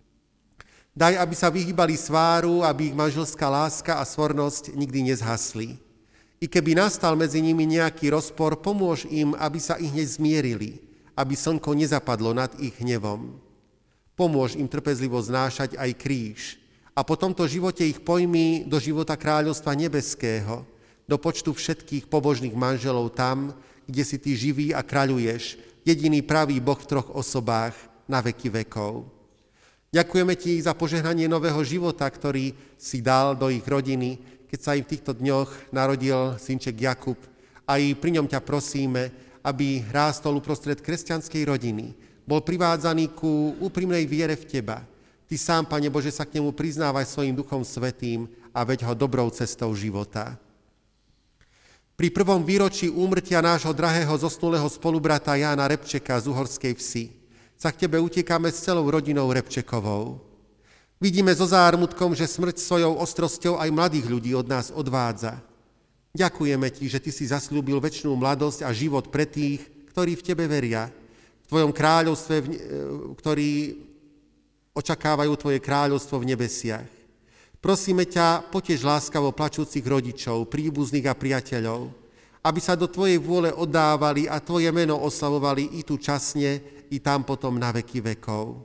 Daj, aby sa vyhýbali sváru, aby ich manželská láska a svornosť nikdy nezhasli. I keby nastal medzi nimi nejaký rozpor, pomôž im, aby sa ich hneď zmierili, aby slnko nezapadlo nad ich hnevom. Pomôž im trpezlivo znášať aj kríž a po tomto živote ich pojmi do života kráľovstva nebeského, do počtu všetkých pobožných manželov tam, kde si Ty živý a kráľuješ, jediný pravý Boh v troch osobách na veky vekov. Ďakujeme Ti za požehnanie nového života, ktorý si dal do ich rodiny, keď sa im v týchto dňoch narodil synček Jakub. Aj pri ňom ťa prosíme, aby rástol uprostred kresťanskej rodiny, bol privádzaný ku úprimnej viere v Teba. Ty sám, Pane Bože, sa k nemu priznávaj svojim Duchom Svätým a veď ho dobrou cestou života. Pri prvom výročí úmrtia nášho drahého zosnulého spolubrata Jána Repčeka z Uhorskej Vsi sa k Tebe utekáme s celou rodinou Repčekovou. Vidíme so zármutkom, že smrť svojou ostrosťou aj mladých ľudí od nás odvádza. Ďakujeme Ti, že Ty si zasľúbil večnú mladosť a život pre tých, ktorí v Tebe veria, v Tvojom kráľovstve, ktorí očakávajú Tvoje kráľovstvo v nebesiach. Prosíme ťa, potež láskavo plačúcich rodičov, príbuzných a priateľov, aby sa do Tvojej vôle oddávali a Tvoje meno oslavovali i tu časne, i tam potom na veky vekov.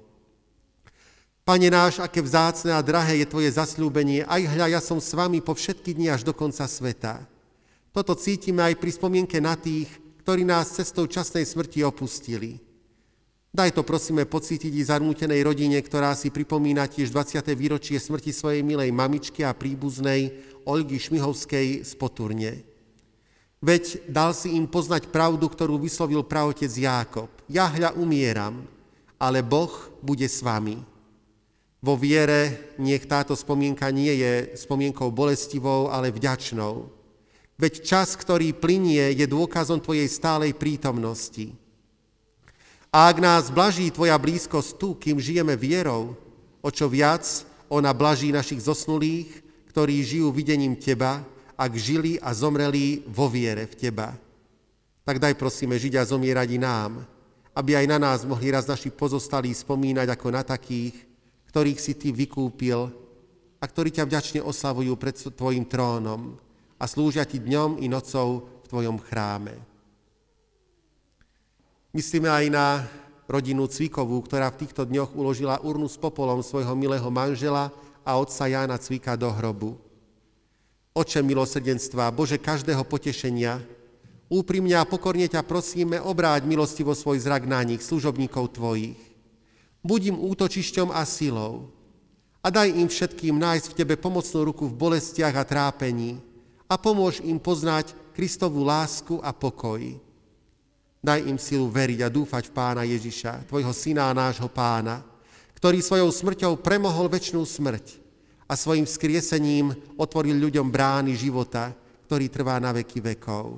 Pane náš, aké vzácne a drahé je Tvoje zasľúbenie, aj hľa, ja som s vami po všetky dni až do konca sveta. Toto cítime aj pri spomienke na tých, ktorí nás cestou časnej smrti opustili. Daj to, prosíme, pocítiť i zarmútenej rodine, ktorá si pripomína tiež 20. výročie smrti svojej milej mamičky a príbuznej Olgy Šmihovskej z Poturne. Veď dal si im poznať pravdu, ktorú vyslovil praotec Jákob. Ja hľa umieram, ale Boh bude s vami. Vo viere nech táto spomienka nie je spomienkou bolestivou, ale vďačnou. Veď čas, ktorý plynie, je dôkazom tvojej stálej prítomnosti. A ak nás blaží tvoja blízkosť tu, kým žijeme vierou, o čo viac ona blaží našich zosnulých, ktorí žijú videním teba, ak žili a zomreli vo viere v teba. Tak daj, prosíme, žiť a zomierať i nám, aby aj na nás mohli raz naši pozostalí spomínať ako na takých, ktorých si ty vykúpil a ktorí ťa vďačne oslavujú pred tvojim trónom a slúžia ti dňom i nocou v tvojom chráme. Myslíme aj na rodinu Cvikovú, ktorá v týchto dňoch uložila urnu s popolom svojho milého manžela a otca Jána Cvika do hrobu. Oče milosrdenstva, Bože každého potešenia, úprimne a pokorne ťa prosíme, obráť milostivo svoj zrak na nich, služobníkov tvojich. Buď im útočišťom a silou a daj im všetkým nájsť v tebe pomocnú ruku v bolestiach a trápení a pomôž im poznať Kristovú lásku a pokoj. Daj im silu veriť a dúfať v Pána Ježiša, tvojho syna a nášho Pána, ktorý svojou smrťou premohol večnú smrť a svojim vzkriesením otvoril ľuďom brány života, ktorý trvá na veky vekov.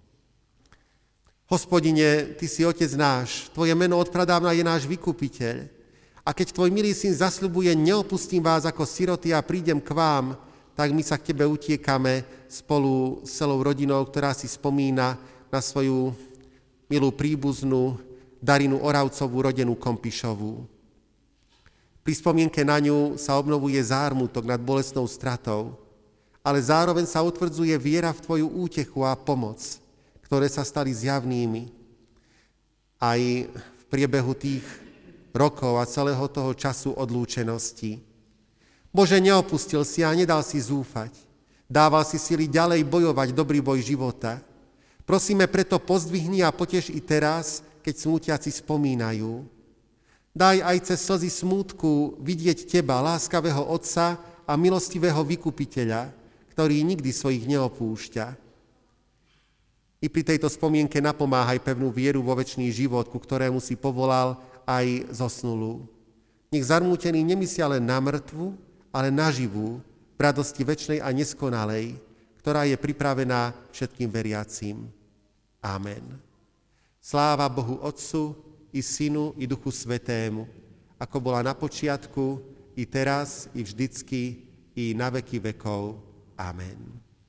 Hospodine, ty si Otec náš, tvoje meno odpradávna je náš vykupiteľ. A keď tvoj milý syn zasľubuje, neopustím vás ako siroty a prídem k vám, tak my sa k tebe utiekame spolu s celou rodinou, ktorá si spomína na svoju milú príbuznú Darinu Oravcovú, rodenú Kompišovú. Pri spomienke na ňu sa obnovuje zármutok nad bolestnou stratou, ale zároveň sa utvrdzuje viera v tvoju útechu a pomoc, ktoré sa stali zjavnými. Aj v priebehu tých rokov a celého toho času odlúčenosti. Bože, neopustil si a nedal si zúfať. Dával si sily ďalej bojovať dobrý boj života. Prosíme preto, pozdvihni a poteš i teraz, keď smútiaci spomínajú. Daj aj cez slzy smútku vidieť teba, láskavého Otca a milostivého vykupiteľa, ktorý nikdy svojich neopúšťa. I pri tejto spomienke napomáhaj pevnú vieru vo večný život, ku ktorému si povolal aj zosnulú. Nech zarmútený nemyslia len na mŕtvu, ale na živú, v radosti večnej a neskonalej, ktorá je pripravená všetkým veriacím. Amen. Sláva Bohu Otcu, i Synu, i Duchu Svätému, ako bola na počiatku, i teraz, i vždycky, i na veky vekov. Amen.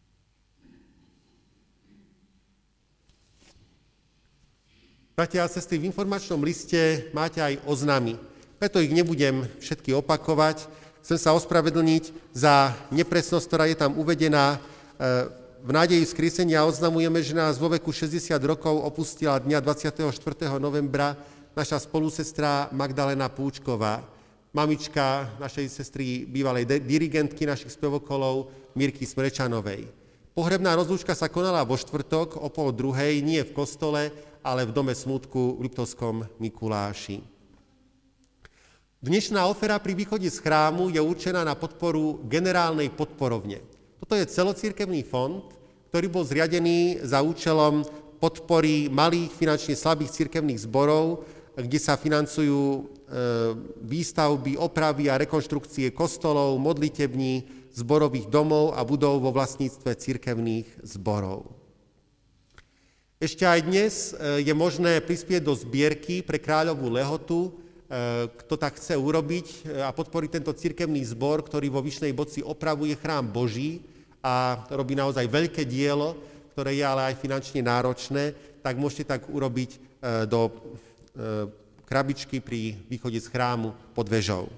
Bratia a sestry, v informačnom liste máte aj oznamy, preto ich nebudem všetky opakovať. Chcem sa ospravedlniť za nepresnosť, ktorá je tam uvedená. V nádeji vzkriesenia oznamujeme, že nás vo veku 60 rokov opustila dňa 24. novembra naša spolusestra Magdalena Púčková, mamička našej sestry, bývalej dirigentky našich spevokolov Mirky Smrečanovej. Pohrebná rozlúčka sa konala vo štvrtok o 12:30, nie v kostole, ale v dome smútku v Liptovskom Mikuláši. Dnešná ofera pri východe z chrámu je určená na podporu generálnej podporovne. Toto je celocirkevný fond, ktorý bol zriadený za účelom podpory malých finančne slabých cirkevných zborov, kde sa financujú výstavby, opravy a rekonštrukcie kostolov, modlitební, zborových domov a budov vo vlastníctve cirkevných zborov. Ešte aj dnes je možné prispieť do zbierky pre Kráľovú Lehotu, kto tak chce urobiť a podporiť tento cirkevný zbor, ktorý vo Vyšnej Bodci opravuje chrám Boží a robí naozaj veľké dielo, ktoré je ale aj finančne náročné, tak môžete tak urobiť do krabičky pri východe z chrámu pod vežou.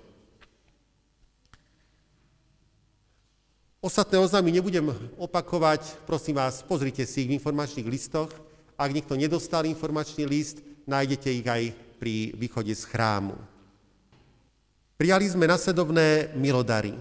Ostatné oznámy nebudem opakovať, prosím vás, pozrite si ich v informačných listoch. Ak niekto nedostal informačný list, nájdete ich aj pri východe z chrámu. Prijali sme nasledovné milodary.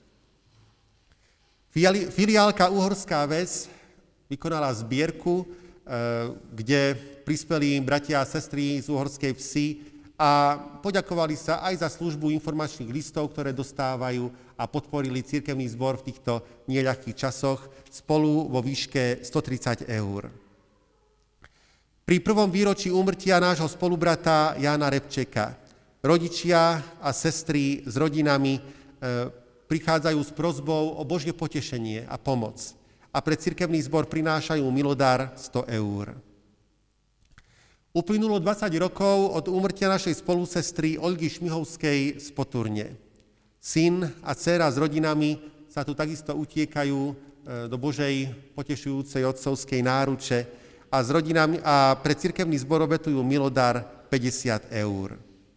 Filiálka Uhorská Ves vykonala zbierku, kde prispeli bratia a sestry z Uhorskej Vsi a poďakovali sa aj za službu informačných listov, ktoré dostávajú a podporili cirkevný zbor v týchto neľahkých časoch spolu vo výške 130 eur. Pri prvom výročí úmrtia nášho spolubrata Jána Repčeka rodičia a sestry s rodinami prichádzajú s prosbou o Božie potešenie a pomoc a pre cirkevný zbor prinášajú milodar 100 eur. Uplynulo 20 rokov od úmrtia našej spolusestry Olgy Šmihovskej z Poturne. Syn a dcéra s rodinami sa tu takisto utiekajú do Božej potešujúcej otcovskej náruče a s rodinami a pre cirkevný zbor obetujú milodar 50 eur.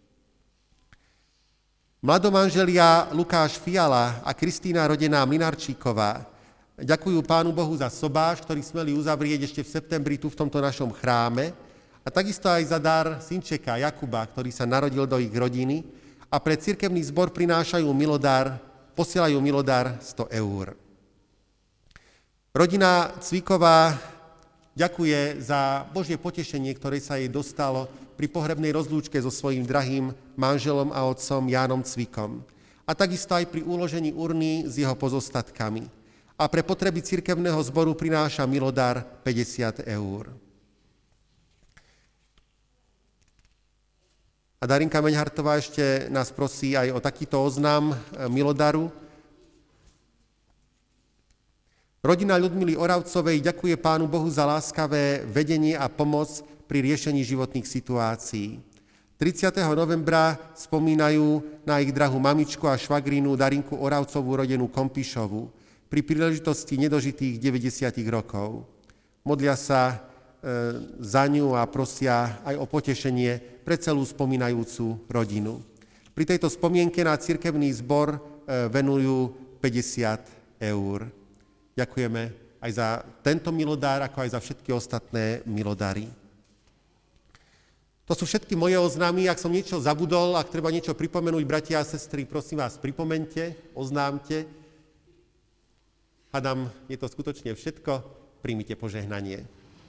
Mladomanželia Lukáš Fiala a Kristína rodená Mlinarčíková ďakujú Pánu Bohu za sobáš, ktorý smeli uzavrieť ešte v septembri tu v tomto našom chráme, a takisto aj za dar synčeka Jakuba, ktorý sa narodil do ich rodiny a pre cirkevný zbor posielajú milodar 100 eur. Rodina Cviková ďakuje za Božie potešenie, ktoré sa jej dostalo pri pohrebnej rozlúčke so svojím drahým manželom a otcom Jánom Cvikom a takisto aj pri uložení urny s jeho pozostatkami. A pre potreby cirkevného zboru prináša milodar 50 eur. A Darinka Meňhartová ešte nás prosí aj o takýto oznam milodaru. Rodina Ľudmily Oravcovej ďakuje Pánu Bohu za láskavé vedenie a pomoc pri riešení životných situácií. 30. novembra spomínajú na ich drahú mamičku a švagrinu Darinku Oravcovú rodenú Kompišovu pri príležitosti nedožitých 90 rokov. Modlia sa za ňu a prosia aj o potešenie pre celú spomínajúcu rodinu. Pri tejto spomienke na cirkevný zbor venujú 50 eur. Ďakujeme aj za tento milodár, ako aj za všetky ostatné milodary. To sú všetky moje oznámy. Ak som niečo zabudol, ak treba niečo pripomenúť, bratia a sestry, prosím vás, pripomente, oznámte. Hádam, je to skutočne všetko. Príjmite požehnanie.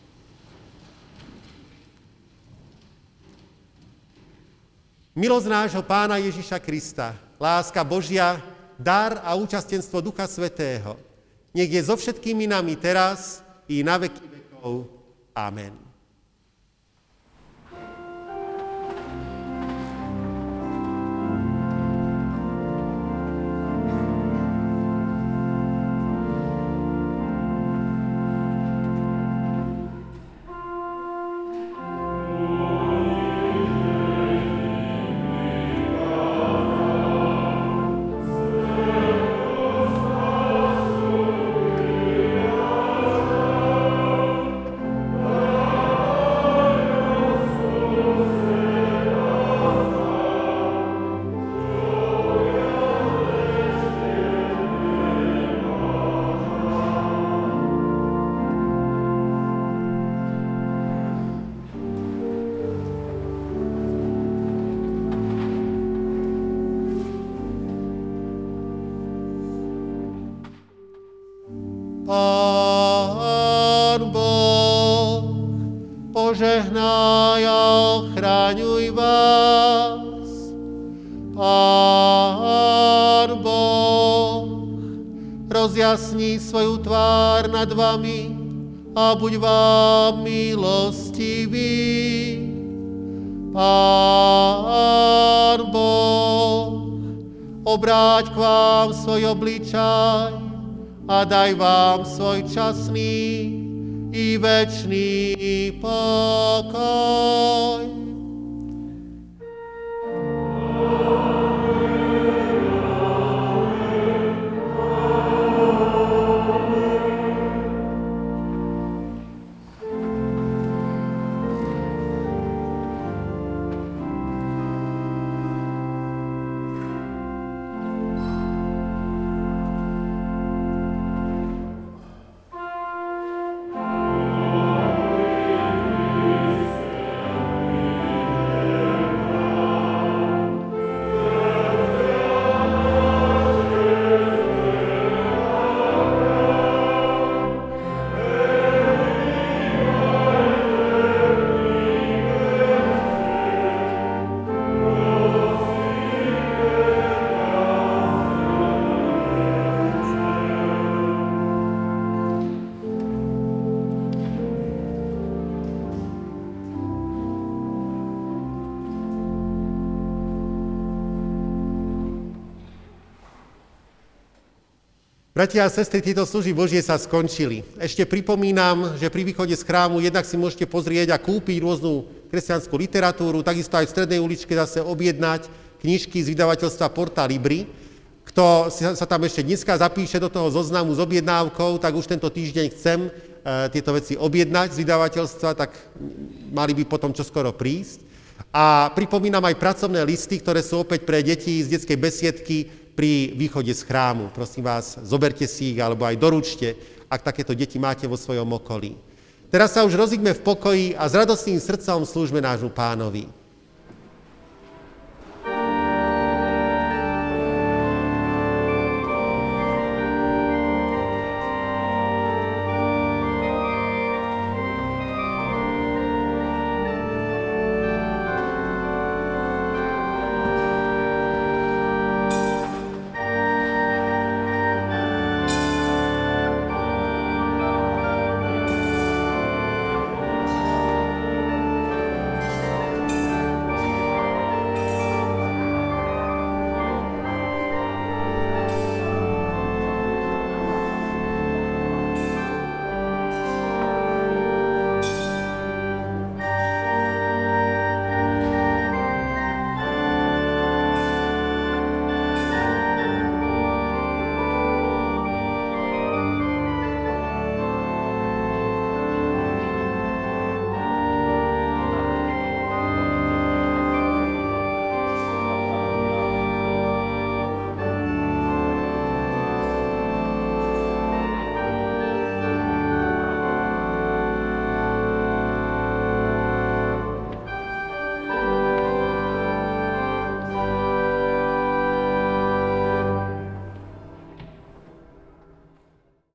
Milosť nášho Pána Ježiša Krista, láska Božia, dar a účastenstvo Ducha Svätého, nech je so všetkými nami teraz i na veky vekov. Amen. Pán Boh, požehnaj a ochraňuj vás. Pán Boh, rozjasni svoju tvár nad vami a buď vám milostivý. Pán Boh, obráť k vám svoj obličaj a daj vám svoj časný i večný pokoj. Bratia a sestry, tieto služby Božie sa skončili. Ešte pripomínam, že pri východe z chrámu jednak si môžete pozrieť a kúpiť rôznu kresťanskú literatúru, takisto aj v Strednej uličke zase objednať knižky z vydavateľstva Porta Libri. Kto sa tam ešte dneska zapíše do toho zoznamu s objednávkou, tak už tento týždeň chcem tieto veci objednať z vydavateľstva, tak mali by potom čoskoro prísť. A pripomínam aj pracovné listy, ktoré sú opäť pre deti z detskej besiedky pri východe z chrámu. Prosím vás, zoberte si ich, alebo aj doručte, ak takéto deti máte vo svojom okolí. Teraz sa už rozíďme v pokoji a s radostným srdcom slúžme nášmu Pánovi.